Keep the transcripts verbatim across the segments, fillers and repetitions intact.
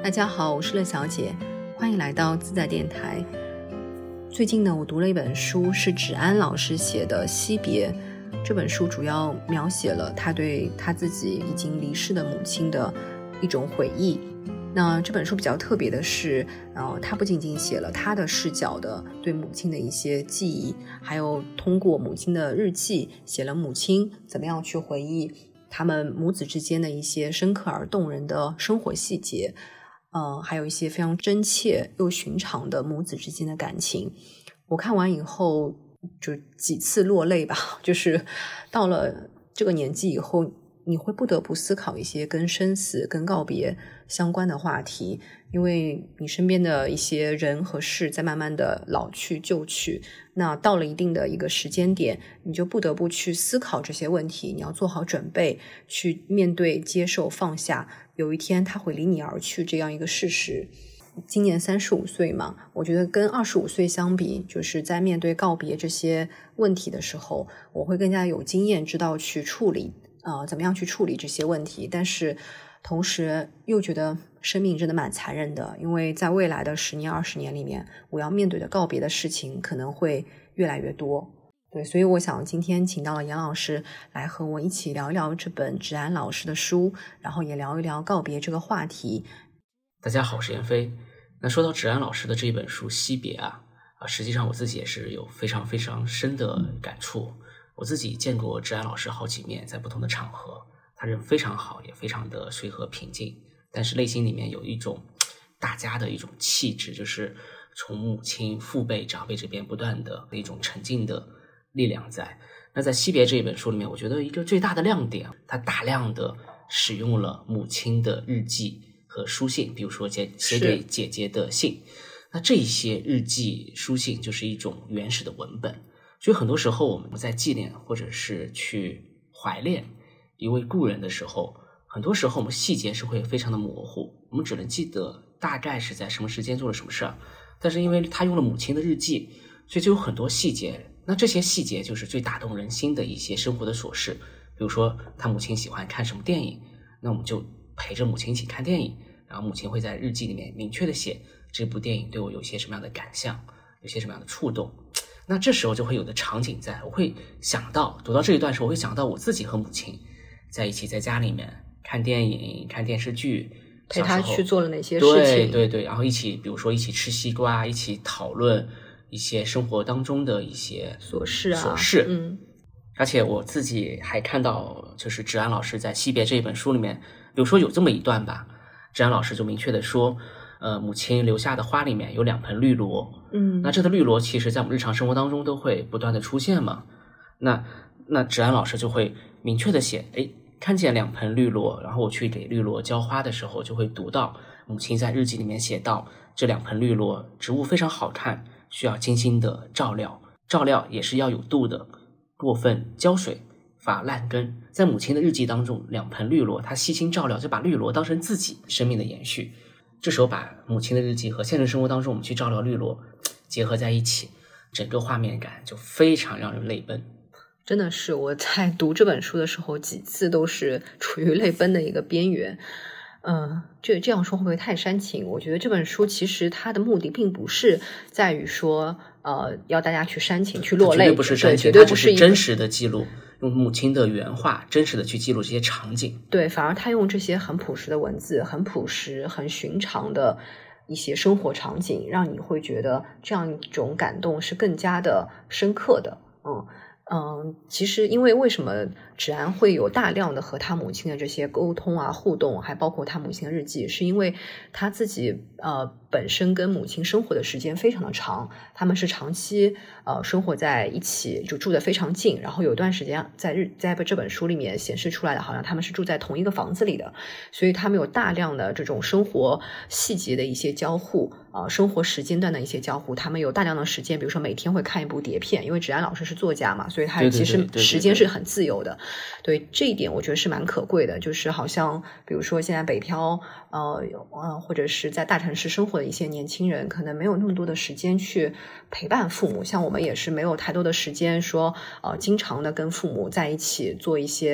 大家好，我是乐小姐，欢迎来到自在电台。最近呢，我读了一本书，是芷安老师写的《惜别》。这本书主要描写了他对他自己已经离世的母亲的一种回忆。那这本书比较特别的是，呃，他不仅仅写了他的视角的对母亲的一些记忆，还有通过母亲的日记写了母亲怎么样去回忆他们母子之间的一些深刻而动人的生活细节，呃，还有一些非常真切又寻常的母子之间的感情。我看完以后就几次落泪吧，就是到了这个年纪以后，你会不得不思考一些跟生死跟告别相关的话题，因为你身边的一些人和事在慢慢的老去旧去，那到了一定的一个时间点，你就不得不去思考这些问题，你要做好准备去面对接受放下，有一天他会离你而去这样一个事实。今年三十五岁嘛，我觉得跟二十五岁相比，就是在面对告别这些问题的时候，我会更加有经验，知道去处理呃，怎么样去处理这些问题。但是同时又觉得生命真的蛮残忍的，因为在未来的十年二十年里面，我要面对的告别的事情可能会越来越多。对，所以我想今天请到了杨老师来和我一起聊一聊这本芷安老师的书，然后也聊一聊告别这个话题。 大家好，我是闫飞。那说到芷安老师的这一本书《惜别》啊，啊，实际上我自己也是有非常非常深的感触。我自己见过芷安老师好几面，在不同的场合，他人非常好，也非常的随和平静，但是内心里面有一种大家的一种气质，就是从母亲、父辈、长辈这边不断的一种沉静的力量在。那在《惜别》这一本书里面，我觉得一个最大的亮点，他大量的使用了母亲的日记和书信，比如说写写给姐姐的信。那这些日记书信就是一种原始的文本，所以很多时候我们在纪念或者是去怀念一位故人的时候，很多时候我们细节是会非常的模糊，我们只能记得大概是在什么时间做了什么事儿。但是因为他用了母亲的日记，所以就有很多细节，那这些细节就是最打动人心的一些生活的琐事。比如说他母亲喜欢看什么电影，那我们就陪着母亲一起看电影，然后母亲会在日记里面明确的写这部电影对我有些什么样的感想，有些什么样的触动。那这时候就会有的场景在，我会想到读到这一段时候，我会想到我自己和母亲在一起在家里面看电影看电视剧， 陪他去做了哪些事情。 对对对，然后一起比如说一起吃西瓜，一起讨论一些生活当中的一些琐事啊琐事。 嗯， 而且我自己还看到就是芷安老师在《惜别》这一本书里面，比如说有这么一段吧，芷安老师就明确的说，呃，母亲留下的花里面有两盆绿萝。 嗯， 那这个绿萝其实在我们日常生活当中都会不断的出现嘛。那那芷安老师就会明确的写，诶，看见两盆绿萝，然后我去给绿萝浇花的时候，就会读到母亲在日记里面写到，这两盆绿萝植物非常好看，需要精心的照料，照料也是要有度的，过分浇水发烂根。在母亲的日记当中，两盆绿萝她悉心照料，就把绿萝当成自己生命的延续。这时候把母亲的日记和现实生活当中我们去照料绿萝结合在一起，整个画面感就非常让人泪奔。 真的是我在读这本书的时候几次都是处于泪奔的一个边缘。嗯，这这样说会不会太煽情？我觉得这本书其实它的目的并不是在于说呃要大家去煽情去落泪， 绝对不是煽情， 绝对不是它只是真实的记录，用母亲的原话真实的去记录这些场景。 对，反而他用这些很朴实的文字，很朴实很寻常的一些生活场景，让你会觉得这样一种感动是更加的深刻的。嗯嗯，其实因为为什么芷安会有大量的和他母亲的这些沟通啊互动，还包括他母亲的日记，是因为他自己呃本身跟母亲生活的时间非常的长，他们是长期呃生活在一起，就住得非常近，然后有段时间在日在这本书里面显示出来的，好像他们是住在同一个房子里的，所以他们有大量的这种生活细节的一些交互，呃生活时间段的一些交互，他们有大量的时间，比如说每天会看一部碟片，因为芷安老师是作家嘛，所以他其实时间是很自由的。对，这一点我觉得是蛮可贵的，就是好像比如说现在北漂呃呃或者是在大城市生活的一些年轻人，可能没有那么多的时间去陪伴父母，像我们也是没有太多的时间说呃经常的跟父母在一起做一些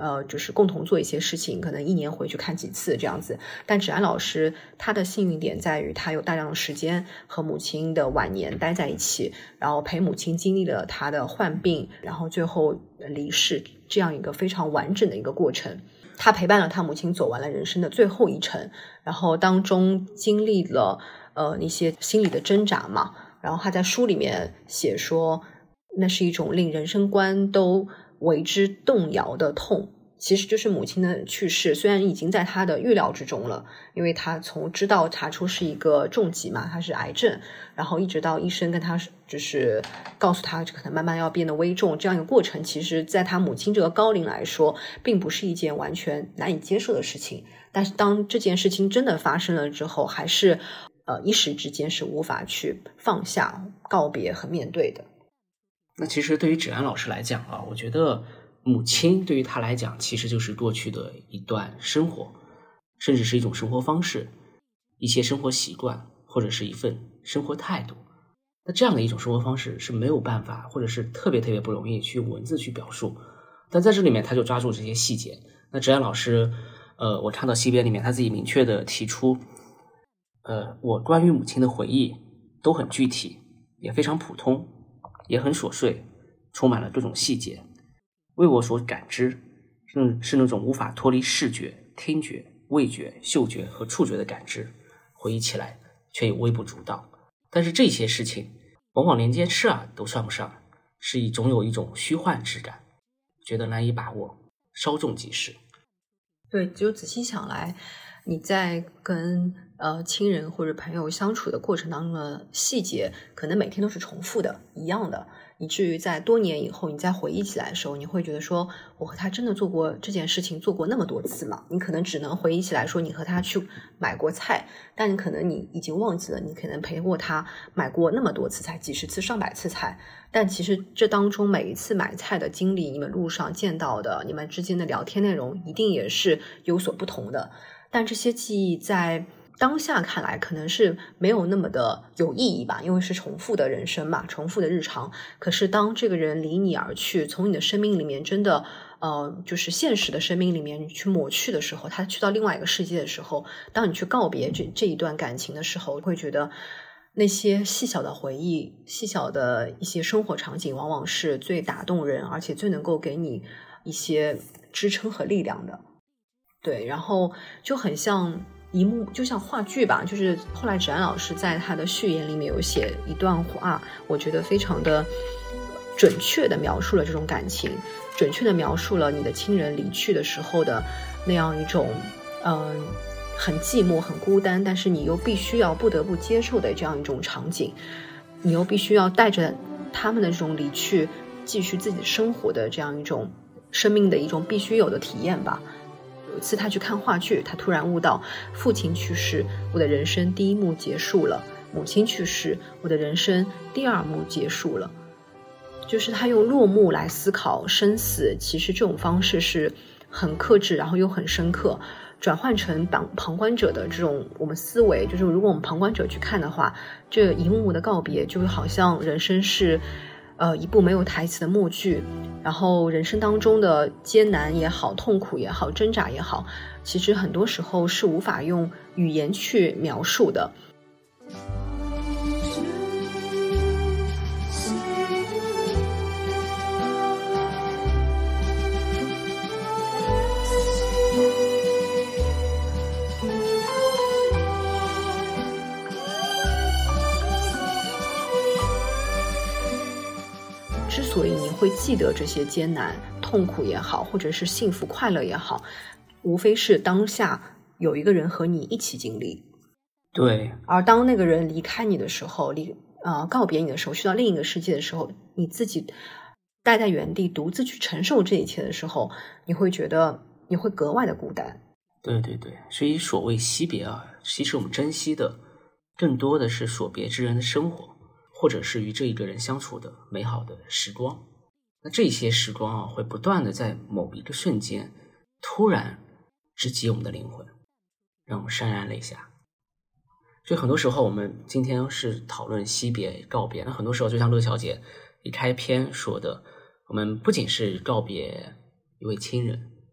呃，就是共同做一些事情，可能一年回去看几次这样子。但芷安老师他的幸运点在于，他有大量的时间和母亲的晚年待在一起，然后陪母亲经历了他的患病，然后最后离世，这样一个非常完整的一个过程。他陪伴了他母亲走完了人生的最后一程，然后当中经历了呃一些心理的挣扎嘛，然后他在书里面写说，那是一种令人生观都为之动摇的痛，其实就是母亲的去世，虽然已经在他的预料之中了，因为他从知道查出是一个重疾嘛，他是癌症，然后一直到医生跟他就是告诉他可能慢慢要变得危重，这样一个过程，其实在他母亲这个高龄来说，并不是一件完全难以接受的事情。但是当这件事情真的发生了之后，还是呃一时之间是无法去放下、告别和面对的。 那其实对于芷安老师来讲啊，我觉得母亲对于他来讲其实就是过去的一段生活，甚至是一种生活方式，一些生活习惯，或者是一份生活态度。那这样的一种生活方式是没有办法，或者是特别特别不容易去用文字去表述，但在这里面他就抓住这些细节。那芷安老师呃，我看到惜别里面他自己明确的提出，呃，我关于母亲的回忆都很具体，也非常普通，也很琐碎，充满了各种细节，为我所感知是是那种无法脱离视觉、听觉、味觉、嗅觉和触觉的感知，回忆起来却又微不足道。但是这些事情往往连件事啊都算不上，是一总有一种虚幻之感，觉得难以把握，稍纵即逝。 对，就仔细想来，你在跟呃亲人或者朋友相处的过程当中的细节，可能每天都是重复的、一样的，以至于在多年以后你再回忆起来的时候，你会觉得说，我和他真的做过这件事情做过那么多次吗？你可能只能回忆起来说你和他去买过菜，但你可能你已经忘记了，你可能陪过他买过那么多次菜，几十次、上百次菜。但其实这当中每一次买菜的经历，你们路上见到的，你们之间的聊天内容，一定也是有所不同的。但这些记忆在当下看来可能是没有那么的有意义吧，因为是重复的人生嘛，重复的日常。可是当这个人离你而去，从你的生命里面真的呃，就是现实的生命里面去抹去的时候，他去到另外一个世界的时候，当你去告别这这一段感情的时候，会觉得那些细小的回忆、细小的一些生活场景，往往是最打动人，而且最能够给你一些支撑和力量的。对，然后就很像一幕，就像话剧吧。就是后来芷安老师在他的序言里面有写一段话，我觉得非常的准确的描述了这种感情，准确的描述了你的亲人离去的时候的那样一种嗯、呃、很寂寞、很孤单，但是你又必须要不得不接受的这样一种场景，你又必须要带着他们的这种离去，继续自己生活的这样一种生命的一种必须有的体验吧。有一次他去看话剧，他突然悟到，父亲去世，我的人生第一幕结束了；母亲去世，我的人生第二幕结束了。就是他用落幕来思考生死，其实这种方式是很克制，然后又很深刻。转换成旁旁观者的这种我们思维，就是如果我们旁观者去看的话，这一幕幕的告别就好像人生是呃一部没有台词的默剧，然后人生当中的艰难也好、痛苦也好、挣扎也好，其实很多时候是无法用语言去描述的。之所以你会记得这些艰难、痛苦也好，或者是幸福、快乐也好，无非是当下有一个人和你一起经历。 对， 而当那个人离开你的时候，离呃告别你的时候，去到另一个世界的时候，你自己待在原地，独自去承受这一切的时候，你会觉得你会格外的孤单。 对对对，所以所谓惜别啊，其实我们珍惜的更多的是所别之人的生活，或者是与这一个人相处的美好的时光。那这些时光啊，会不断的在某一个瞬间突然直击我们的灵魂，让我们潸然泪下。所以很多时候我们今天是讨论惜别告别，那很多时候就像乐小姐一开篇说的，我们不仅是告别一位亲人，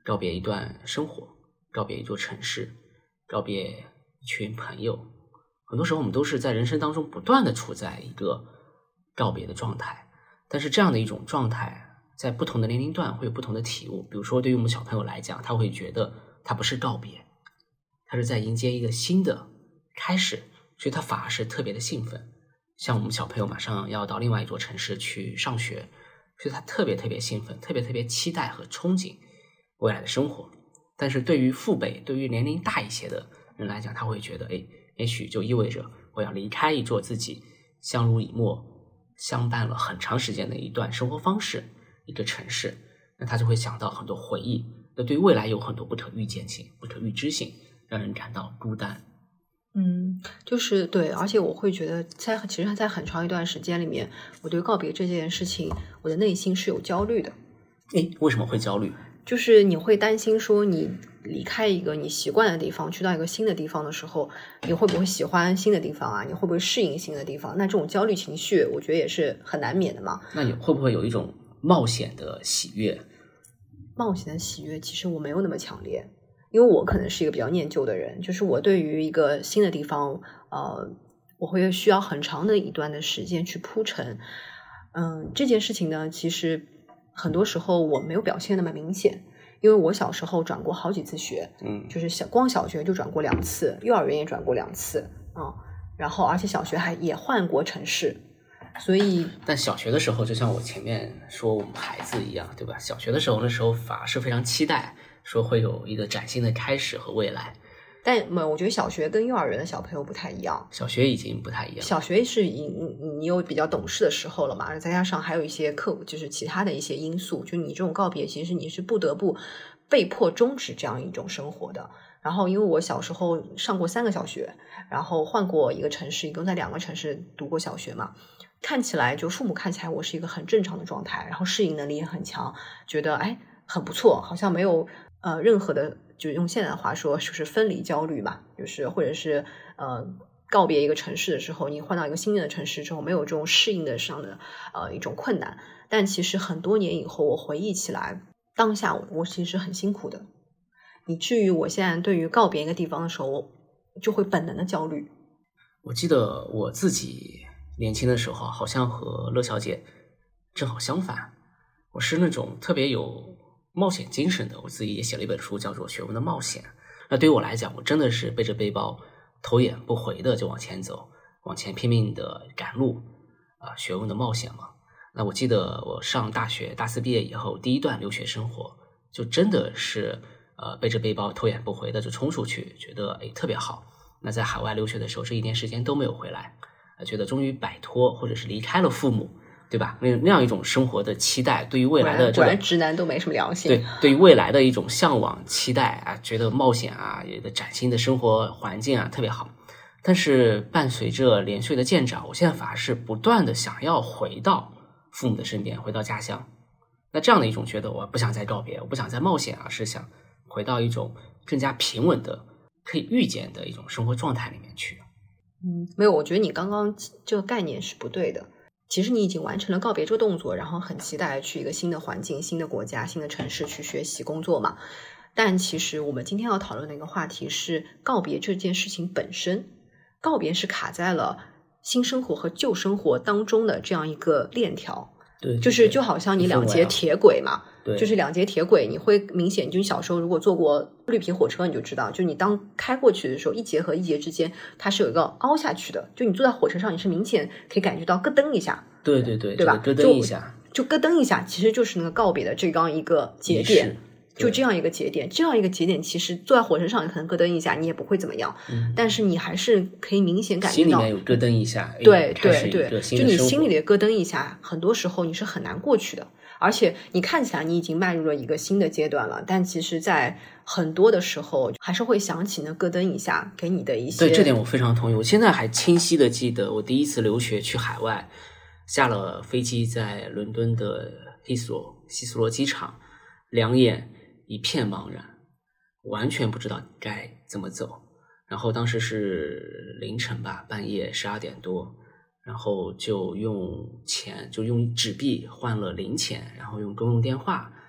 告别一段生活，告别一座城市，告别一群朋友。很多时候我们都是在人生当中不断的处在一个告别的状态，但是这样的一种状态在不同的年龄段会有不同的体悟。比如说对于我们小朋友来讲，他会觉得他不是告别，他是在迎接一个新的开始，所以他反而是特别的兴奋。像我们小朋友马上要到另外一座城市去上学，所以他特别特别兴奋，特别特别期待和憧憬未来的生活。但是对于父辈，对于年龄大一些的人来讲，他会觉得诶也许就意味着我要离开一座自己相濡以沫相伴了很长时间的一段生活方式，一个城市，那他就会想到很多回忆，那对于未来有很多不可预见性、不可预知性，让人感到孤单。 嗯，就是对，而且我会觉得在其实在很长一段时间里面，我对告别这件事情，我的内心是有焦虑的。 诶，为什么会焦虑？ 就是你会担心说你离开一个你习惯的地方，去到一个新的地方的时候，你会不会喜欢新的地方啊？你会不会适应新的地方？那这种焦虑情绪，我觉得也是很难免的嘛。 那你会不会有一种冒险的喜悦？ 冒险的喜悦，其实我没有那么强烈。因为我可能是一个比较念旧的人，就是我对于一个新的地方，呃，我会需要很长的一段的时间去铺陈。嗯，这件事情呢，其实很多时候我没有表现那么明显，因为我小时候转过好几次学， 嗯， 就是小光小学就转过两次，幼儿园也转过两次，嗯，然后而且小学还也换过城市。所以， 但小学的时候，就像我前面说我们孩子一样，对吧？小学的时候，那时候反而是非常期待，说会有一个崭新的开始和未来。 但我觉得小学跟幼儿园的小朋友不太一样， 小学已经不太一样。 小学是你你有比较懂事的时候了嘛，再加上还有一些课，就是其他的一些因素，就你这种告别，其实你是不得不被迫终止这样一种生活的。然后因为我小时候上过三个小学，然后换过一个城市，一共在两个城市读过小学嘛。看起来就父母看起来我是一个很正常的状态，然后适应能力也很强，觉得哎很不错，好像没有呃任何的，就用现在的话说就是分离焦虑嘛，就是或者是呃告别一个城市的时候，你换到一个新的城市之后，没有这种适应的上的呃一种困难。但其实很多年以后，我回忆起来，当下我我其实很辛苦的，以至于我现在对于告别一个地方的时候，我就会本能的焦虑。 我记得我自己年轻的时候好像和乐小姐正好相反，我是那种特别有冒险精神的，我自己也写了一本书叫做《学问的冒险》。那对于我来讲，我真的是背着背包头也不回的就往前走，往前拼命的赶路啊，学问的冒险嘛。那我记得我上大学大四毕业以后，第一段留学生活就真的是呃背着背包头也不回的就冲出去，觉得诶特别好。那在海外留学的时候，这一年时间都没有回来，觉得终于摆脱或者是离开了父母，对吧？那那样一种生活的期待，对于未来的这个， 果然直男都没什么良心。 对，对于未来的一种向往、期待啊，觉得冒险啊，有个崭新的生活环境啊，特别好。但是伴随着年岁的渐长，我现在反而是不断的想要回到父母的身边，回到家乡。那这样的一种觉得，我不想再告别，我不想再冒险啊，是想回到一种更加平稳的、可以预见的一种生活状态里面去。 嗯，没有，我觉得你刚刚这个概念是不对的。其实你已经完成了告别这个动作，然后很期待去一个新的环境、新的国家、新的城市去学习工作嘛。但其实我们今天要讨论的一个话题是告别这件事情本身。告别是卡在了新生活和旧生活当中的这样一个链条。 对， 就是就好像你两节铁轨嘛， 对， 就是两节铁轨，你会明显，就你小时候如果坐过绿皮火车，你就知道，就你当开过去的时候，一节和一节之间它是有一个凹下去的，就你坐在火车上，你是明显可以感觉到咯噔一下， 对对对， 对吧？ 咯噔一下， 就咯噔一下，其实就是那个告别的这样一个节点。就这样一个节点，这样一个节点，其实坐在火车上，你可能咯噔一下，你也不会怎么样， 嗯、 但是你还是可以明显感觉到心里面有咯噔一下， 对对对， 就你心里的咯噔一下，很多时候你是很难过去的，而且你看起来你已经迈入了一个新的阶段了，但其实在很多的时候还是会想起那咯噔一下给你的一些。 对，这点我非常同意。我现在还清晰的记得我第一次留学去海外，下了飞机在伦敦的希斯罗希斯罗机场，两眼一片茫然，完全不知道该怎么走。然后当时是凌晨吧，半夜十二点多，然后就用钱，就用纸币换了零钱，然后用公用电话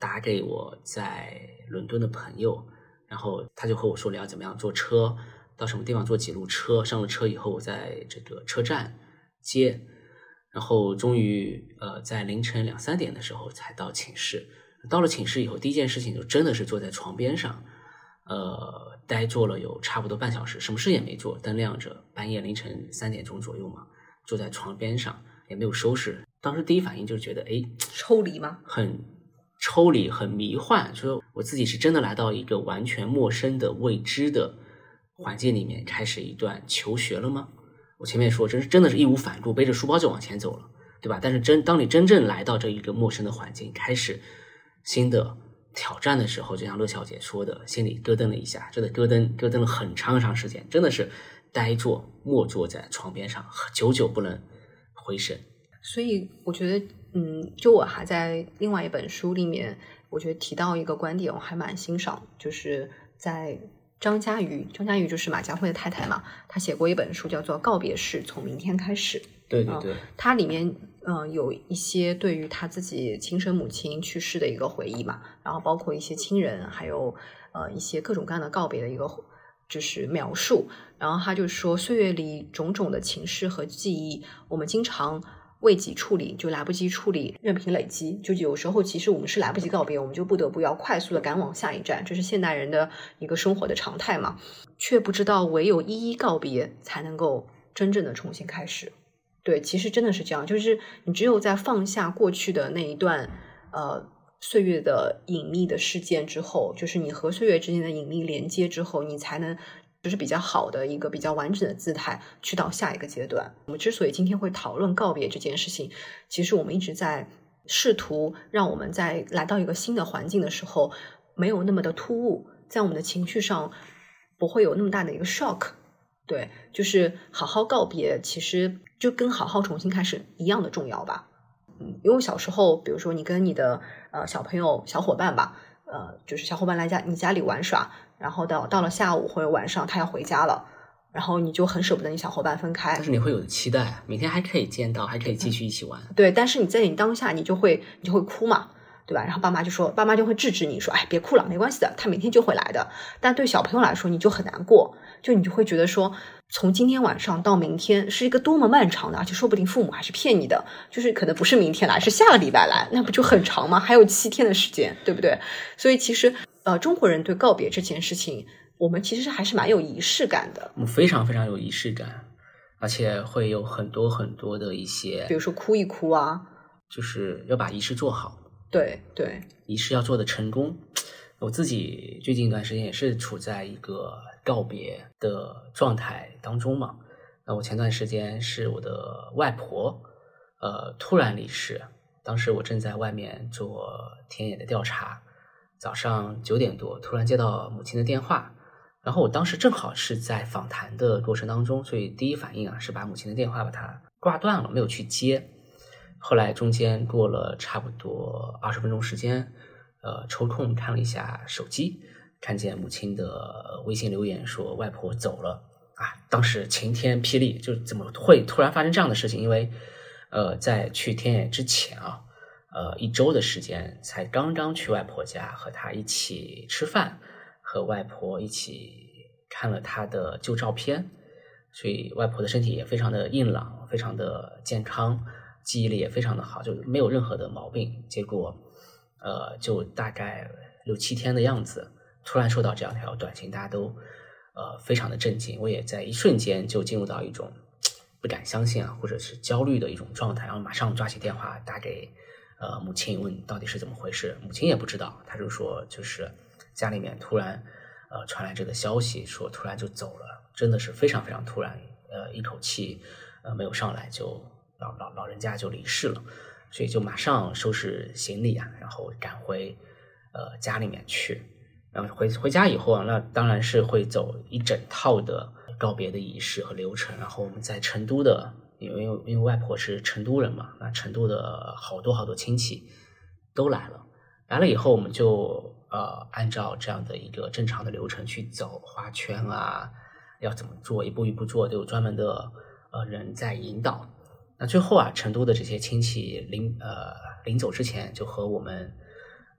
打给我在伦敦的朋友，然后他就和我说你要怎么样坐车到什么地方坐几路车，上了车以后我在这个车站接，然后终于呃在凌晨两三点的时候才到寝室。到了寝室以后，第一件事情就真的是坐在床边上，呃，呆坐了有差不多半小时，什么事也没做，灯亮着，半夜凌晨三点钟左右嘛，坐在床边上也没有收拾。当时第一反应就是觉得，哎， 抽离吗？ 很抽离，很迷幻，说我自己是真的来到一个完全陌生的未知的环境里面，开始一段求学了吗？我前面说，真是真的是义无反顾，背着书包就往前走了，对吧？但是真当你真正来到这一个陌生的环境，开始新的挑战的时候，就像乐小姐说的，心里咯噔了一下，真的咯噔咯噔了很长很长时间，真的是呆坐默坐在床边上，久久不能回神。 所以我觉得，嗯，就我还在另外一本书里面，我觉得提到一个观点，我还蛮欣赏，就是在张嘉瑜，张嘉瑜就是马家辉的太太嘛，她写过一本书叫做《告别式：从明天开始》。 对对对， 它里面呃有一些对于他自己亲生母亲去世的一个回忆嘛，然后包括一些亲人，还有呃一些各种各样的告别的一个就是描述。然后他就说，岁月里种种的情事和记忆，我们经常未及处理，就来不及处理，任凭累积。就有时候其实我们是来不及告别，我们就不得不要快速的赶往下一站，这是现代人的一个生活的常态嘛。却不知道唯有一一告别，才能够真正的重新开始。对，其实真的是这样，就是你只有在放下过去的那一段呃岁月的隐秘的事件之后，就是你和岁月之间的隐秘连接之后，你才能就是比较好的一个比较完整的姿态去到下一个阶段。我们之所以今天会讨论告别这件事情，其实我们一直在试图让我们在来到一个新的环境的时候没有那么的突兀，在我们的情绪上不会有那么大的一个 shock。对，就是好好告别，其实就跟好好重新开始一样的重要吧。嗯，因为小时候，比如说你跟你的呃小朋友、小伙伴吧，呃，就是小伙伴来家你家里玩耍，然后到到了下午或者晚上他要回家了，然后你就很舍不得你小伙伴分开。 但是你会有期待，明天还可以见到，还可以继续一起玩。 对，但是你在你当下，你就会你就会哭嘛。对吧？然后爸妈就说，爸妈就会制止你说，哎，别哭了，没关系的，他明天就会来的。但对小朋友来说，你就很难过，就你就会觉得说，从今天晚上到明天是一个多么漫长的，而且说不定父母还是骗你的，就是可能不是明天来，是下个礼拜来，那不就很长吗？还有七天的时间，对不对？所以其实，呃，中国人对告别这件事情，我们其实还是蛮有仪式感的， 我们非常非常有仪式感，而且会有很多很多的一些， 比如说哭一哭啊， 就是要把仪式做好。 对对， 仪式要做的成功。我自己最近一段时间也是处在一个告别的状态当中嘛。那我前段时间是我的外婆呃突然离世，当时我正在外面做田野的调查，早上九点多突然接到母亲的电话，然后我当时正好是在访谈的过程当中，所以第一反应啊是把母亲的电话把它挂断了，没有去接。后来中间过了差不多二十分钟时间，呃，抽空看了一下手机，看见母亲的微信留言说外婆走了啊！当时晴天霹雳，就怎么会突然发生这样的事情？因为呃，在去田野之前啊，呃，一周的时间才刚刚去外婆家和她一起吃饭，和外婆一起看了她的旧照片，所以外婆的身体也非常的硬朗，非常的健康。记忆力也非常的好，就没有任何的毛病。结果呃就大概六七天的样子，突然收到这样一条短信，大家都呃非常的震惊，我也在一瞬间就进入到一种不敢相信啊或者是焦虑的一种状态，然后马上抓起电话打给呃母亲，问到底是怎么回事。母亲也不知道，她就说就是家里面突然呃传来这个消息，说突然就走了，真的是非常非常突然，呃一口气呃没有上来就老老老人家就离世了，所以就马上收拾行李啊，然后赶回呃家里面去。然后回回家以后啊，那当然是会走一整套的告别的仪式和流程。然后我们在成都的，因为因为外婆是成都人嘛，那成都的好多好多亲戚都来了。来了以后，我们就呃按照这样的一个正常的流程去走花圈啊，要怎么做，一步一步做，都有专门的呃人在引导。那最后啊，成都的这些亲戚临呃临走之前，就和我们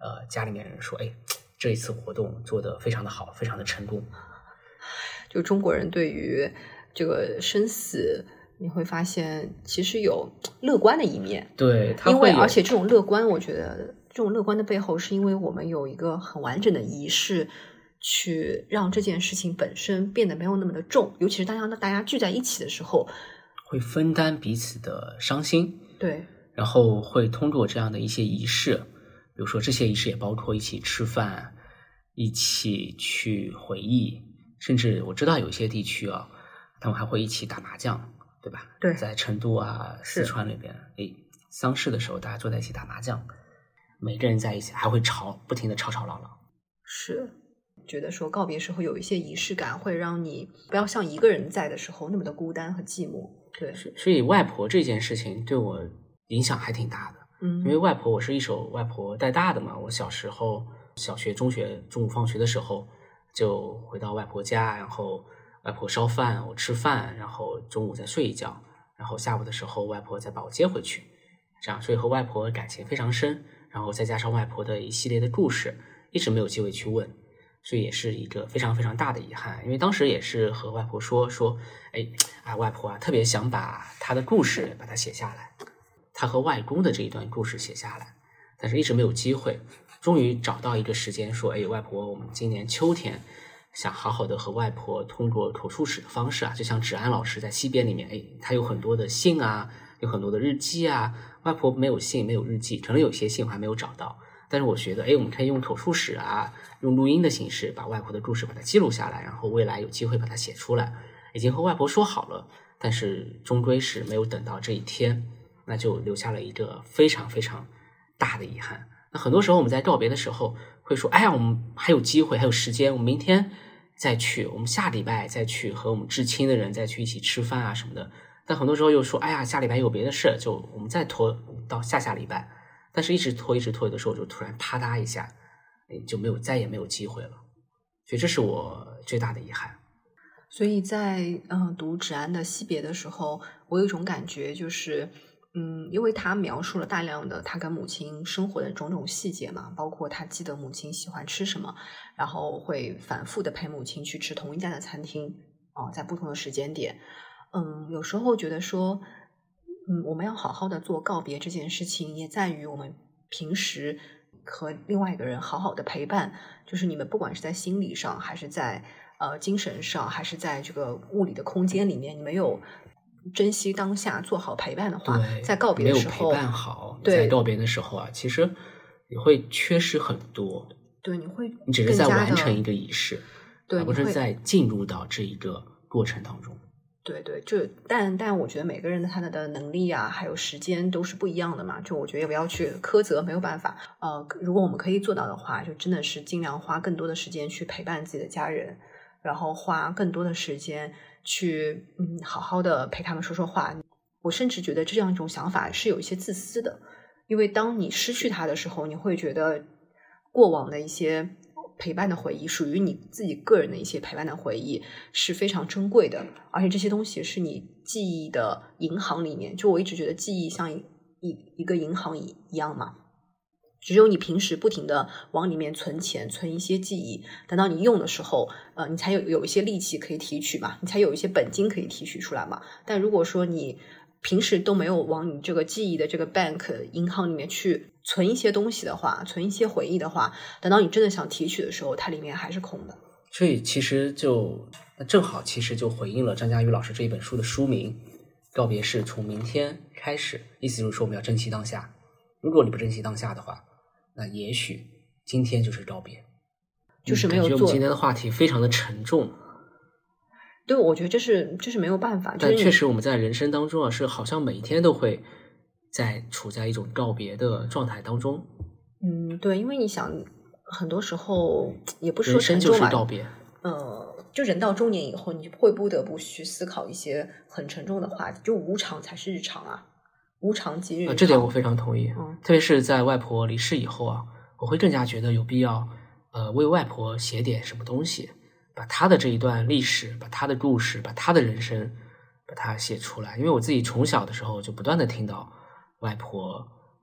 呃，家里面人说，哎，这一次活动做得非常的好，非常的成功。 就中国人对于这个生死，你会发现其实有乐观的一面。 对，它因为会有而且这种乐观，我觉得这种乐观的背后，是因为我们有一个很完整的仪式，去让这件事情本身变得没有那么的重，尤其是当大家大家聚在一起的时候， 会分担彼此的伤心。 对， 然后会通过这样的一些仪式，比如说这些仪式也包括一起吃饭，一起去回忆，甚至我知道有一些地区啊，他们还会一起打麻将，对吧？ 对， 在成都啊、四川那边，诶，丧事的时候大家坐在一起打麻将，每个人在一起还会吵，不停的吵吵闹闹。 是觉得说告别时候有一些仪式感，会让你不要像一个人在的时候那么的孤单和寂寞。对， 所以外婆这件事情对我影响还挺大的。 嗯， 因为外婆我是一手外婆带大的嘛，我小时候小学中学中午放学的时候就回到外婆家，然后外婆烧饭我吃饭，然后中午再睡一觉，然后下午的时候外婆再把我接回去，这样，所以和外婆感情非常深，然后再加上外婆的一系列的故事一直没有机会去问，所以也是一个非常非常大的遗憾。因为当时也是和外婆说说，哎啊，外婆啊，特别想把她的故事把它写下来，她和外公的这一段故事写下来，但是一直没有机会。终于找到一个时间说，哎，外婆，我们今年秋天想好好的和外婆通过口述史的方式啊，就像芷安老师在西边里面，哎，他有很多的信啊，有很多的日记啊，外婆没有信，没有日记，可能有些信我还没有找到。但是我觉得，哎，我们可以用口述史啊，用录音的形式把外婆的故事把它记录下来，然后未来有机会把它写出来。已经和外婆说好了，但是终归是没有等到这一天，那就留下了一个非常非常大的遗憾。那很多时候我们在告别的时候会说，哎呀，我们还有机会，还有时间，我们明天再去，我们下礼拜再去和我们至亲的人再去一起吃饭啊什么的。但很多时候又说，哎呀，下礼拜有别的事，就我们再拖到下下礼拜。但是一直拖一直拖的时候，就突然啪嗒一下，就没有再也没有机会了。所以这是我最大的遗憾。 所以在嗯、呃、读芷安的惜别的时候，我有一种感觉，就是嗯，因为他描述了大量的他跟母亲生活的种种细节嘛，包括他记得母亲喜欢吃什么，然后会反复的陪母亲去吃同一家的餐厅哦、呃，在不同的时间点。嗯，有时候觉得说，嗯，我们要好好的做告别这件事情，也在于我们平时和另外一个人好好的陪伴，就是你们不管是在心理上，还是在呃精神上，还是在这个物理的空间里面，你没有珍惜当下，做好陪伴的话，在告别的时候没有陪伴好，在告别的时候啊，其实你会缺失很多。 对，你会你只是在完成一个仪式， 对， 而不是在进入到这一个过程当中。 对对，就但但我觉得每个人的他的能力啊，还有时间都是不一样的嘛。就我觉得也不要去苛责，没有办法。呃，如果我们可以做到的话，就真的是尽量花更多的时间去陪伴自己的家人，然后花更多的时间去嗯好好的陪他们说说话。我甚至觉得这样一种想法是有一些自私的，因为当你失去他的时候，你会觉得过往的一些陪伴的回忆，属于你自己个人的一些陪伴的回忆是非常珍贵的，而且这些东西是你记忆的银行里面，就我一直觉得记忆像一一一个银行一一样嘛，只有你平时不停的往里面存钱，存一些记忆，等到你用的时候呃，你才有有一些利息可以提取嘛，你才有一些本金可以提取出来嘛。但如果说你平时都没有往你这个记忆的这个 bank 银行里面去存一些东西的话，存一些回忆的话，等到你真的想提取的时候，它里面还是空的。 所以其实就正好其实就回应了张嘉宇老师这一本书的书名，告别是从明天开始，意思就是说我们要珍惜当下。如果你不珍惜当下的话，那也许今天就是告别。 就是没有做。 感觉我们今天的话题非常的沉重。 对，我觉得这是这是没有办法。 但确实我们在人生当中啊，是好像每天都会在处在一种告别的状态当中。 嗯，对，因为你想，很多时候也不是说人生就是告别。 呃，就人到中年以后，你会不得不去思考一些很沉重的话题，就无常才是日常啊，无常即日常。 啊，这点我非常同意。 嗯， 特别是在外婆离世以后啊，我会更加觉得有必要，呃，为外婆写点什么东西。把他的这一段历史，把他的故事，把他的人生，把它写出来。因为我自己从小的时候就不断的听到外婆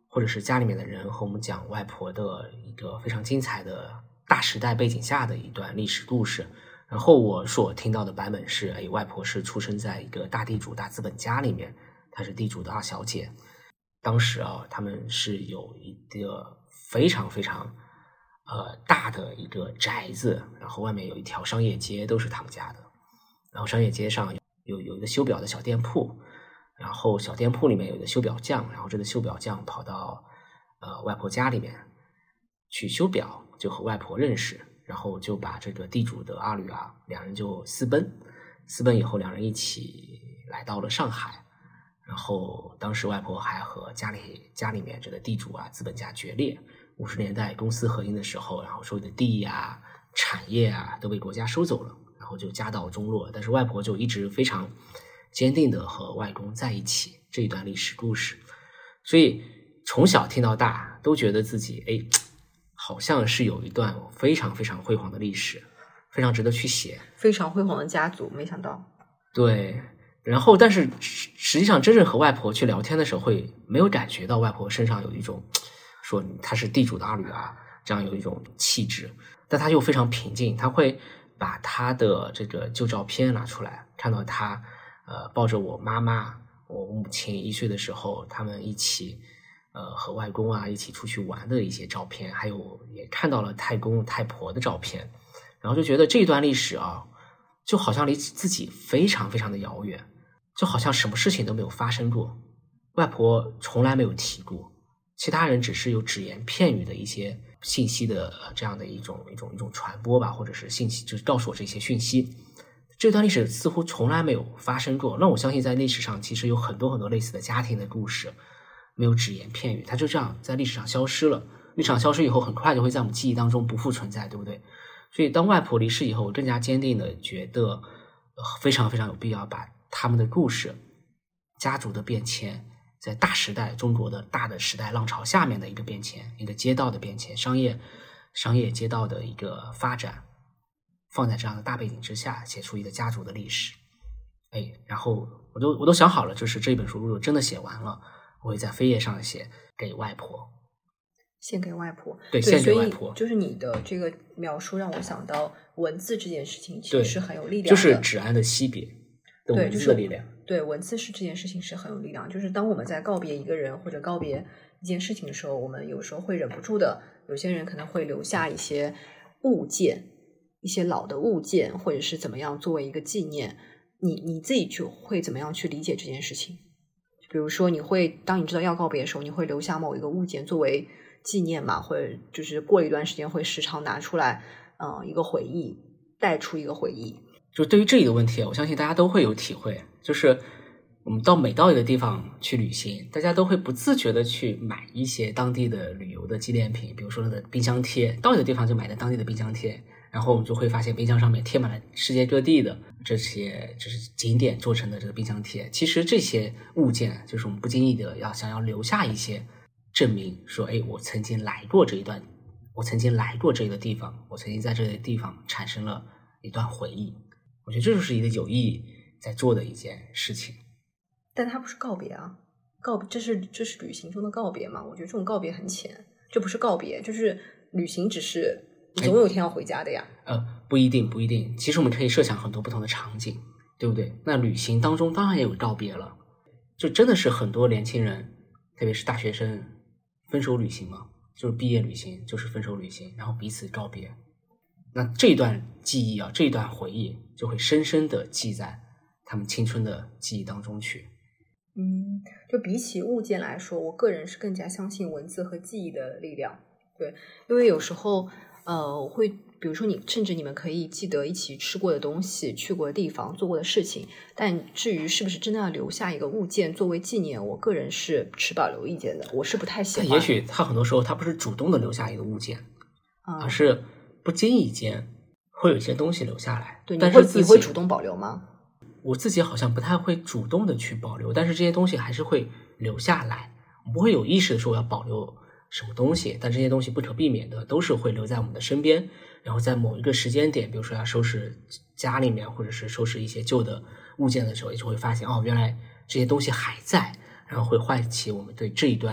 或者是家里面的人和我们讲外婆的一个非常精彩的大时代背景下的一段历史故事。然后我所听到的版本是，哎，外婆是出生在一个大地主大资本家里面，她是地主的二小姐。当时啊，他们是有一个非常非常呃大的一个宅子，然后外面有一条商业街，都是他们家的。然后商业街上有有一个修表的小店铺，然后小店铺里面有一个修表匠，然后这个修表匠跑到呃外婆家里面去修表，就和外婆认识。然后就把这个地主的二女啊，两人就私奔，私奔以后两人一起来到了上海，然后当时外婆还和家里家里面这个地主啊资本家决裂，五十年代公私合营的时候，然后所有的地啊产业啊都被国家收走了，然后就家道中落，但是外婆就一直非常坚定的和外公在一起，这一段历史故事。所以从小听到大都觉得自己哎。好像是有一段非常非常辉煌的历史，非常值得去写， 非常辉煌的家族，没想到。 对，然后但是实际上真正和外婆去聊天的时候，会没有感觉到外婆身上有一种说她是地主的二女啊，这样有一种气质，但她又非常平静，她会把她的这个旧照片拿出来，看到她呃抱着我妈妈，我母亲一岁的时候，他们一起。呃，和外公啊一起出去玩的一些照片，还有也看到了太公太婆的照片，然后就觉得这段历史啊，就好像离自己非常非常的遥远，就好像什么事情都没有发生过，外婆从来没有提过，其他人只是有只言片语的一些信息的这样的一种一种一种传播吧，或者是信息，就是告诉我这些讯息。这段历史似乎从来没有发生过，那我相信在历史上其实有很多很多类似的家庭的故事。没有只言片语，它就这样在历史上消失了。历史上消失以后，很快就会在我们记忆当中不复存在，对不对？所以当外婆离世以后，我更加坚定的觉得、呃、非常非常有必要把他们的故事、家族的变迁，在大时代中国的大的时代浪潮下面的一个变迁，一个街道的变迁，商业商业街道的一个发展，放在这样的大背景之下，写出一个家族的历史。哎，然后我都我都想好了，就是这本书如果真的写完了。我会在扉页上写给外婆， 献给外婆。 对，献给外婆。 就是你的这个描述让我想到文字这件事情其实是很有力量的， 就是芷安的惜别的文字的力量。 对，就是、对文字是这件事情是很有力量。就是当我们在告别一个人或者告别一件事情的时候，我们有时候会忍不住的，有些人可能会留下一些物件，一些老的物件，或者是怎么样作为一个纪念。你你自己就会怎么样去理解这件事情？比如说你会当你知道要告别的时候，你会留下某一个物件作为纪念嘛，或者就是过一段时间会时常拿出来呃，一个回忆，带出一个回忆。 就对于这一个问题，我相信大家都会有体会，就是我们到每到一个地方去旅行，大家都会不自觉的去买一些当地的旅游的纪念品，比如说那个冰箱贴，到一个地方就买的当地的冰箱贴，然后我们就会发现冰箱上面贴满了世界各地的这些就是景点做成的这个冰箱贴。其实这些物件就是我们不经意的要想要留下一些证明，说哎，我曾经来过这一段，我曾经来过这个地方，我曾经在这个地方产生了一段回忆。我觉得这就是一个有意义在做的一件事情。 但它不是告别啊，告这是这是旅行中的告别嘛？我觉得这种告别很浅，这不是告别，就是旅行只是你总有一天要回家的呀。 呃，不一定，不一定。其实我们可以设想很多不同的场景，对不对？那旅行当中当然也有告别了，就真的是很多年轻人，特别是大学生，分手旅行嘛，就是毕业旅行，就是分手旅行，然后彼此告别。那这一段记忆啊，这一段回忆就会深深的记在他们青春的记忆当中去。 嗯，就比起物件来说，我个人是更加相信文字和记忆的力量。对，因为有时候呃，我会比如说你甚至你们可以记得一起吃过的东西，去过的地方，做过的事情，但至于是不是真的要留下一个物件作为纪念，我个人是持保留意见的，我是不太喜欢。 也许他很多时候他不是主动的留下一个物件，嗯、而是不经意间会有一些东西留下来。 对， 但是你会你会主动保留吗？ 我自己好像不太会主动的去保留，但是这些东西还是会留下来。我不会有意识的说我要保留什么东西，但这些东西不可避免的都是会留在我们的身边，然后在某一个时间点，比如说要收拾家里面或者是收拾一些旧的物件的时候，也就会发现哦，原来这些东西还在，然后会唤起我们对这一段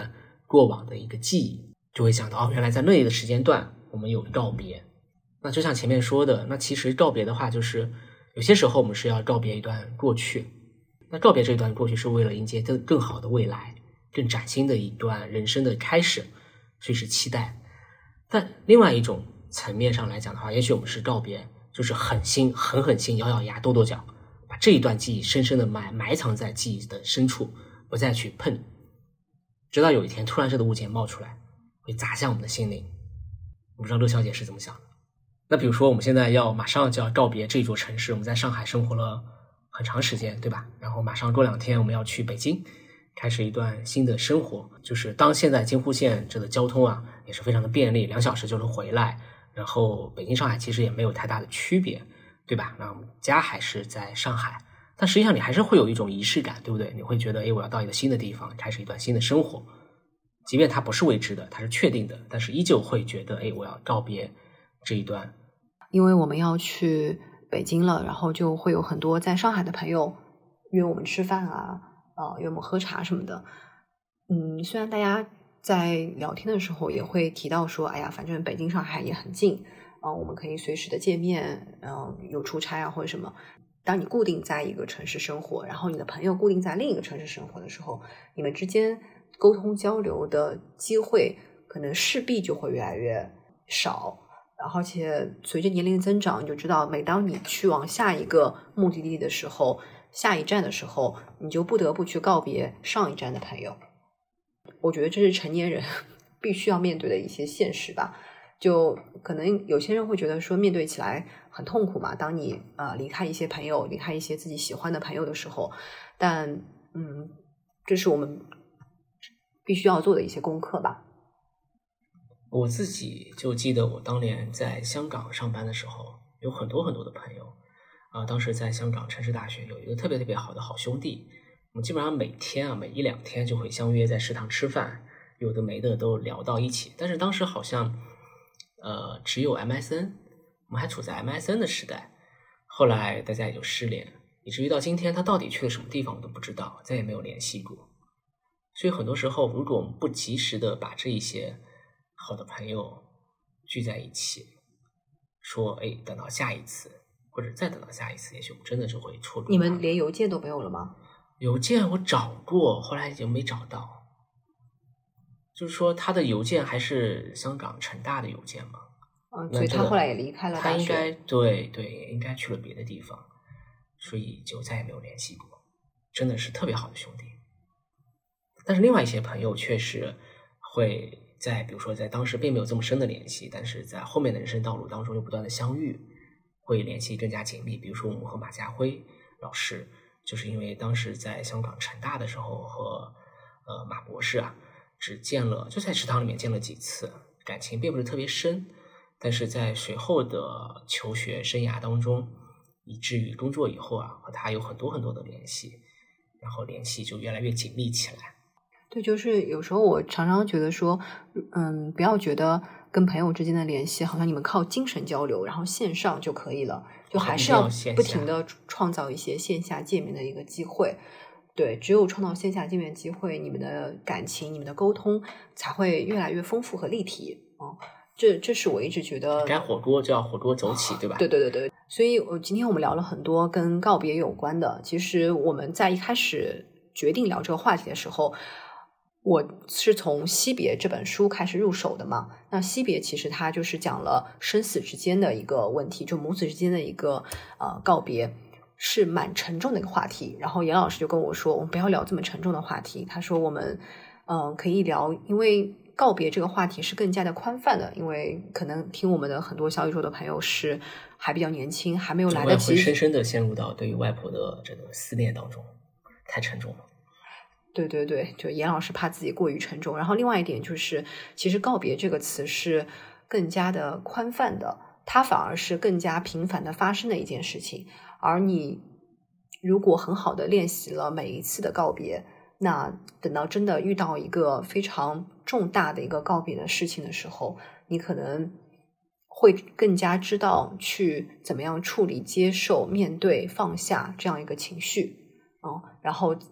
过往的一个记忆，就会想到哦，原来在那个时间段我们有告别。那就像前面说的，那其实告别的话，就是有些时候我们是要告别一段过去，那告别这段过去是为了迎接更更好的未来，更崭新的一段人生的开始，所以是期待。但另外一种层面上来讲的话，也许我们是告别，就是狠心狠狠心咬咬牙跺跺脚，把这一段记忆深深的埋埋藏在记忆的深处，不再去碰，直到有一天突然这个物件冒出来，会砸向我们的心灵。我不知道乐小姐是怎么想的。那比如说我们现在要马上就要告别这座城市，我们在上海生活了很长时间，对吧？然后马上过两天我们要去北京开始一段新的生活，就是当现在京沪线这个交通啊也是非常的便利，两小时就能回来，然后北京上海其实也没有太大的区别，对吧？那我们家还是在上海，但实际上你还是会有一种仪式感，对不对？你会觉得诶，我要到一个新的地方开始一段新的生活，即便它不是未知的，它是确定的，但是依旧会觉得诶，我要告别这一段。 因为我们要去北京了，然后就会有很多在上海的朋友约我们吃饭啊，呃，约我们喝茶什么的。嗯，虽然大家在聊天的时候也会提到说，哎呀，反正北京上海也很近，啊、呃，我们可以随时的见面，嗯、呃，有出差啊或者什么。当你固定在一个城市生活，然后你的朋友固定在另一个城市生活的时候，你们之间沟通交流的机会可能势必就会越来越少。而且随着年龄增长，你就知道每当你去往下一个目的地的时候，下一站的时候，你就不得不去告别上一站的朋友。我觉得这是成年人必须要面对的一些现实吧。就可能有些人会觉得说面对起来很痛苦嘛，当你呃离开一些朋友，离开一些自己喜欢的朋友的时候，但嗯，这是我们必须要做的一些功课吧。 我自己就记得我当年在香港上班的时候，有很多很多的朋友啊、呃，当时在香港城市大学有一个特别特别好的好兄弟，我们基本上每天啊每一两天就会相约在食堂吃饭，有的没的都聊到一起。但是当时好像呃只有 M S N， 我们还处在 M S N 的时代，后来大家也就失联，以至于到今天他到底去了什么地方我都不知道，再也没有联系过。所以很多时候如果我们不及时的把这一些好的朋友聚在一起，说哎，等到下一次，或者再等到下一次，也许我们真的就会错过。 你们连邮件都没有了吗？ 邮件我找过，后来已经没找到。就是说他的邮件还是香港成大的邮件嘛， 嗯，所以他后来也离开了大学。 他应该对对，应该去了别的地方，所以就再也没有联系过。真的是特别好的兄弟。但是另外一些朋友确实会在比如说在当时并没有这么深的联系，但是在后面的人生道路当中又不断的相遇，会联系更加紧密。比如说我们和马家辉老师，就是因为当时在香港成大的时候和呃马博士啊只见了，就在食堂里面见了几次，感情并不是特别深，但是在随后的求学生涯当中，以至于工作以后啊和他有很多很多的联系，然后联系就越来越紧密起来。 对，就是有时候我常常觉得说，嗯，不要觉得跟朋友之间的联系好像你们靠精神交流，然后线上就可以了，就还是要不停的创造一些线下见面的一个机会。对，只有创造线下见面机会，你们的感情、你们的沟通才会越来越丰富和立体。哦，这这是我一直觉得， 该火锅就要火锅走起，对吧？ 对对对对。所以我今天我们聊了很多跟告别有关的。其实我们在一开始决定聊这个话题的时候，我是从《惜别》这本书开始入手的嘛。那《惜别》其实它就是讲了生死之间的一个问题，就母子之间的一个呃告别，是蛮沉重的一个话题。然后严老师就跟我说，我们不要聊这么沉重的话题。他说我们嗯、呃、可以聊，因为告别这个话题是更加的宽泛的，因为可能听我们的很多小宇宙的朋友是还比较年轻，还没有来得及会深深的陷入到对于外婆的这个思念当中，太沉重了。 对对对，就严老师怕自己过于沉重。然后另外一点就是，其实告别这个词是更加的宽泛的，它反而是更加频繁的发生的一件事情。而你如果很好的练习了每一次的告别，那等到真的遇到一个非常重大的一个告别的事情的时候，你可能会更加知道去怎么样处理、接受、面对、放下这样一个情绪。嗯，然后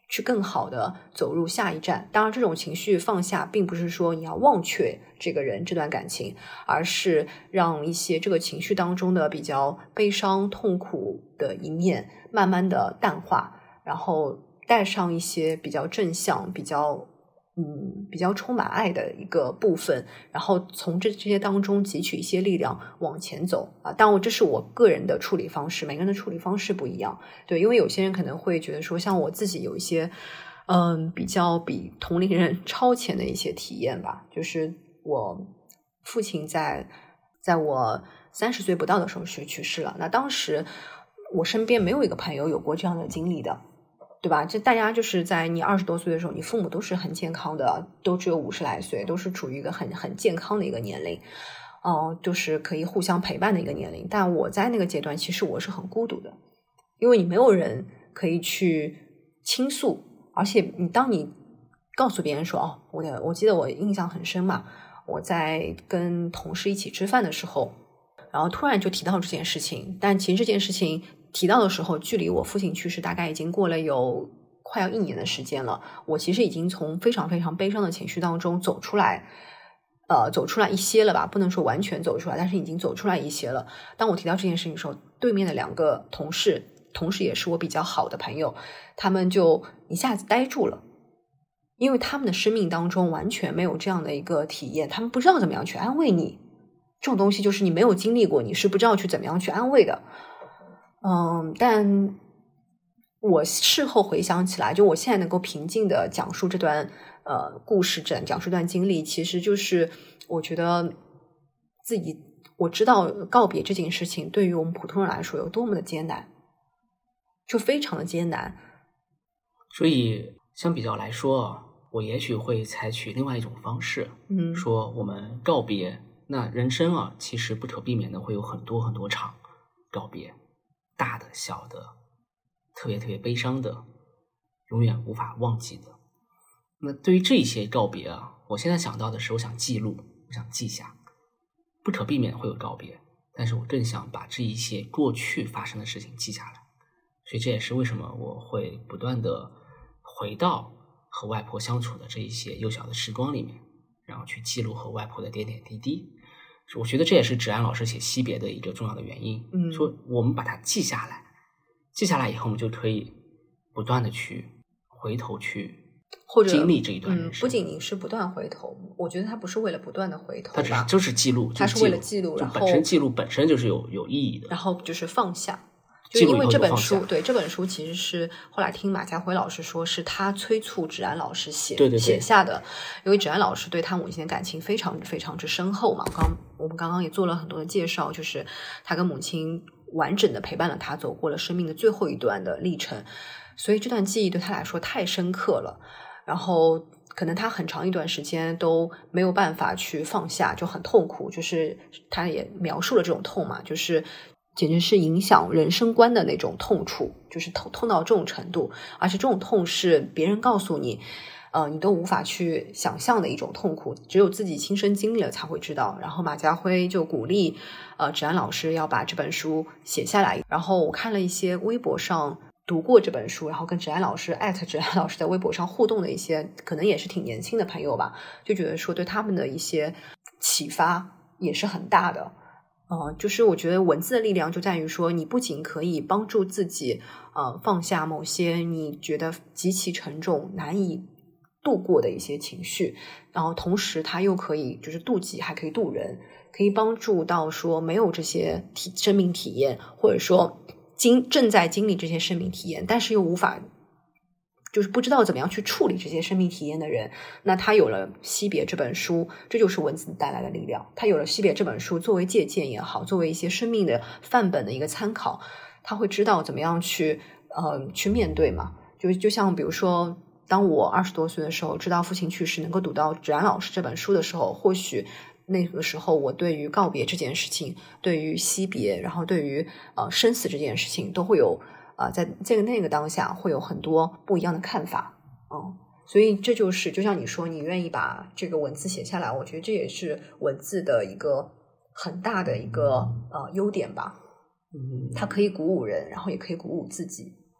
去更好的走入下一站。当然这种情绪放下并不是说你要忘却这个人这段感情，而是让一些这个情绪当中的比较悲伤痛苦的一面慢慢的淡化，然后带上一些比较正向比较嗯，比较充满爱的一个部分，然后从这这些当中汲取一些力量往前走啊。当然这是我个人的处理方式，每个人的处理方式不一样。对，因为有些人可能会觉得说，像我自己有一些嗯比较比同龄人超前的一些体验吧，就是我父亲在在我三十岁不到的时候是去世了。那当时我身边没有一个朋友有过这样的经历的，对吧？这大家就是在你二十多岁的时候，你父母都是很健康的，都只有五十来岁，都是处于一个很很健康的一个年龄，哦、呃，就是可以互相陪伴的一个年龄。但我在那个阶段，其实我是很孤独的，因为你没有人可以去倾诉，而且你当你告诉别人说，哦，我的，我记得我印象很深嘛，我在跟同事一起吃饭的时候，然后突然就提到这件事情，但其实这件事情提到的时候，距离我父亲去世大概已经过了有快要一年的时间了。我其实已经从非常非常悲伤的情绪当中走出来，呃，走出来一些了吧，不能说完全走出来，但是已经走出来一些了。当我提到这件事情的时候，对面的两个同事，同时也是我比较好的朋友，他们就一下子呆住了，因为他们的生命当中完全没有这样的一个体验，他们不知道怎么样去安慰你。这种东西就是你没有经历过，你是不知道去怎么样去安慰的。嗯，但我事后回想起来，就我现在能够平静的讲述这段呃故事，讲讲述这段经历，其实就是我觉得自己我知道告别这件事情对于我们普通人来说有多么的艰难，就非常的艰难。 所以相比较来说，我也许会采取另外一种方式， 嗯， 说我们告别，那人生啊，其实不可避免的会有很多很多场告别。大的小的，特别特别悲伤的，永远无法忘记的。那对于这些告别啊，我现在想到的是我想记录，我想记下。不可避免会有告别，但是我更想把这一些过去发生的事情记下来。所以这也是为什么我会不断的回到和外婆相处的这一些幼小的时光里面，然后去记录和外婆的点点滴滴。我觉得这也是芷安老师写惜别的一个重要的原因。 嗯， 说我们把它记下来，记下来以后，我们就可以不断的去回头去或者经历这一段人生。 嗯、不仅仅是不断回头，我觉得它不是为了不断的回头吧， 它只是就是记录， 它是为了记录， 就然后本身记录本身就是有有意义的。 然后就是放下。就因为这本书，对这本书其实是后来听马家辉老师说，是他催促芷安老师写对对对写下的，因为芷安老师对他母亲的感情非常非常之深厚嘛。刚我们刚刚也做了很多的介绍，就是他跟母亲完整的陪伴了他走过了生命的最后一段的历程，所以这段记忆对他来说太深刻了。然后可能他很长一段时间都没有办法去放下，就很痛苦。就是他也描述了这种痛嘛，就是简直是影响人生观的那种痛处，就是痛痛到这种程度，而且这种痛是别人告诉你呃，你都无法去想象的一种痛苦，只有自己亲身经历了才会知道。然后马家辉就鼓励呃芷安老师要把这本书写下来。然后我看了一些微博上读过这本书，然后跟芷安老师艾特芷安老师在微博上互动的一些可能也是挺年轻的朋友吧，就觉得说对他们的一些启发也是很大的。呃，就是我觉得文字的力量就在于说，你不仅可以帮助自己呃放下某些你觉得极其沉重难以度过的一些情绪，然后同时它又可以就是渡己还可以渡人，可以帮助到说没有这些体生命体验，或者说经正在经历这些生命体验但是又无法就是不知道怎么样去处理这些生命体验的人，那他有了惜别这本书，这就是文字带来的力量。他有了惜别这本书作为借鉴也好，作为一些生命的范本的一个参考，他会知道怎么样去呃去面对嘛。就就像比如说当我二十多岁的时候知道父亲去世，能够读到芷安老师这本书的时候，或许那个时候我对于告别这件事情，对于惜别，然后对于呃生死这件事情都会有啊、呃，在这个那个当下会有很多不一样的看法，嗯，所以这就是就像你说，你愿意把这个文字写下来，我觉得这也是文字的一个很大的一个呃优点吧， 嗯， 它可以鼓舞人，然后也可以鼓舞自己。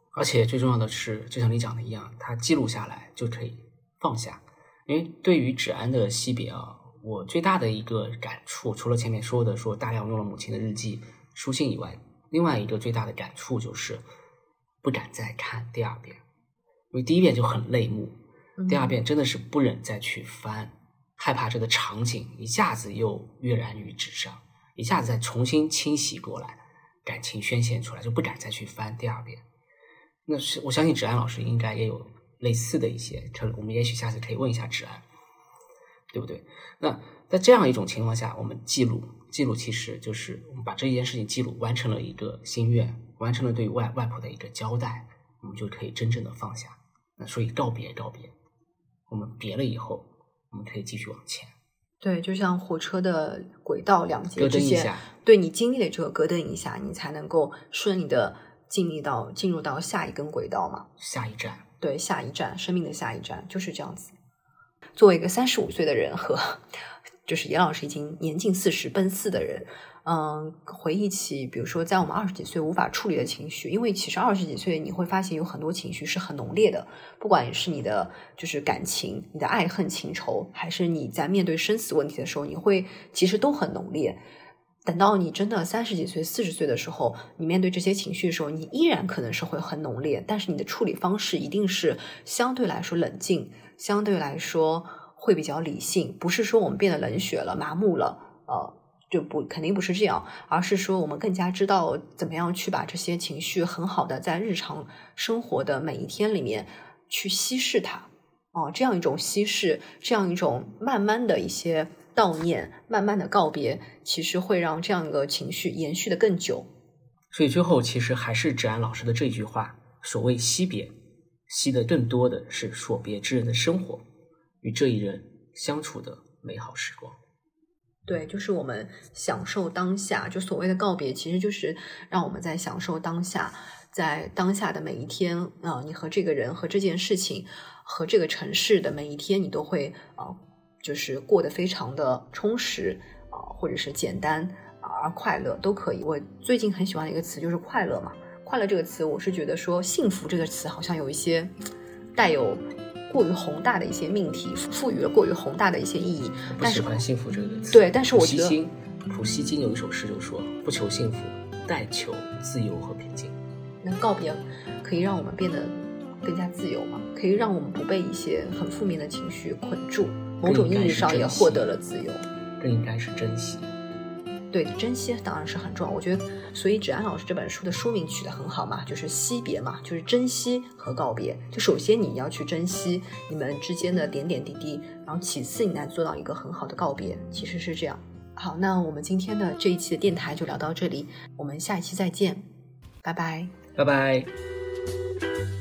而且最重要的是，就像你讲的一样，它记录下来就可以放下。因为对于芷安的惜别啊，我最大的一个感触，除了前面说的说大量用了母亲的日记书信以外，另外一个最大的感触就是不敢再看第二遍，因为第一遍就很泪目，第二遍真的是不忍再去翻，害怕这个场景一下子又跃然于纸上，一下子再重新清洗过来，感情宣泄出来，就不敢再去翻第二遍。那是我相信芷安老师应该也有类似的一些，我们也许下次可以问一下芷安，对不对？那在这样一种情况下，我们记录记录其实就是我们把这件事情记录，完成了一个心愿，完成了对外外婆的一个交代，我们就可以真正的放下。那所以告别告别，我们别了以后，我们可以继续往前。 对，就像火车的轨道两节之间， 咯噔一下， 对，你经历了这个咯噔一下，你才能够顺利的进入到进入到下一根轨道嘛， 下一站。 对，下一站，生命的下一站就是这样子。作为一个三十五岁的人和就是严老师已经年近四十奔四的人，嗯，回忆起比如说在我们二十几岁无法处理的情绪，因为其实二十几岁你会发现有很多情绪是很浓烈的，不管是你的就是感情，你的爱恨情仇，还是你在面对生死问题的时候，你会其实都很浓烈。等到你真的三十几岁四十岁的时候，你面对这些情绪的时候，你依然可能是会很浓烈，但是你的处理方式一定是相对来说冷静，相对来说会比较理性，不是说我们变得冷血了麻木了，呃，就不肯定不是这样，而是说我们更加知道怎么样去把这些情绪很好的在日常生活的每一天里面去稀释它，哦、呃，这样一种稀释，这样一种慢慢的一些悼念，慢慢的告别，其实会让这样一个情绪延续的更久。 所以最后其实还是芷安老师的这句话，所谓惜别，惜的更多的是所别之人的生活与这一人相处的美好时光。 对，就是我们享受当下，就所谓的告别其实就是让我们在享受当下，在当下的每一天啊、呃，你和这个人和这件事情和这个城市的每一天，你都会啊、呃就是过得非常的充实啊、呃，或者是简单啊、呃、而快乐都可以。我最近很喜欢的一个词就是快乐嘛，快乐这个词，我是觉得说幸福这个词好像有一些带有过于宏大的一些命题，赋予了过于宏大的一些意义。 不喜欢幸福这个词。 对，但是我觉得普希金普希金有一首诗就说，不求幸福，但求自由和平静。 那告别可以让我们变得更加自由嘛，可以让我们不被一些很负面的情绪捆住，某种意义上也获得了自由。 更应该是珍惜。 对，珍惜当然是很重要。我觉得，所以芷安老师这本书的书名取得很好嘛，就是惜别嘛，就是珍惜和告别。就首先你要去珍惜你们之间的点点滴滴，然后其次你来做到一个很好的告别，其实是这样。好，那我们今天的这一期的电台就聊到这里，我们下一期再见，拜拜， 拜拜。